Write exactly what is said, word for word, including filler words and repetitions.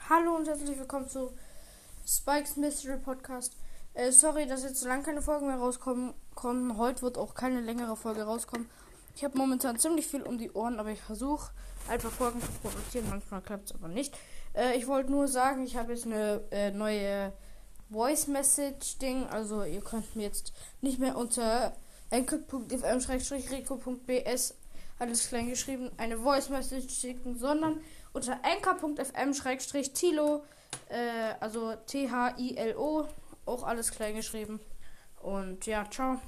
Hallo und herzlich willkommen zu Spikes Mystery Podcast. Äh, sorry, dass jetzt so lange keine Folgen mehr rauskommen. Kommen. Heute wird auch keine längere Folge rauskommen. Ich habe momentan ziemlich viel um die Ohren, aber ich versuche einfach Folgen zu produzieren. Manchmal klappt es aber nicht. Äh, ich wollte nur sagen, ich habe jetzt eine äh, neue Voice Message Ding. Also ihr könnt mir jetzt nicht mehr unter anchor punkt f m slash rico punkt b s alles klein geschrieben eine Voice Message schicken, sondern unter anchor punkt f m slash tilo, äh, also T H I L O, auch alles klein geschrieben. Und ja, ciao.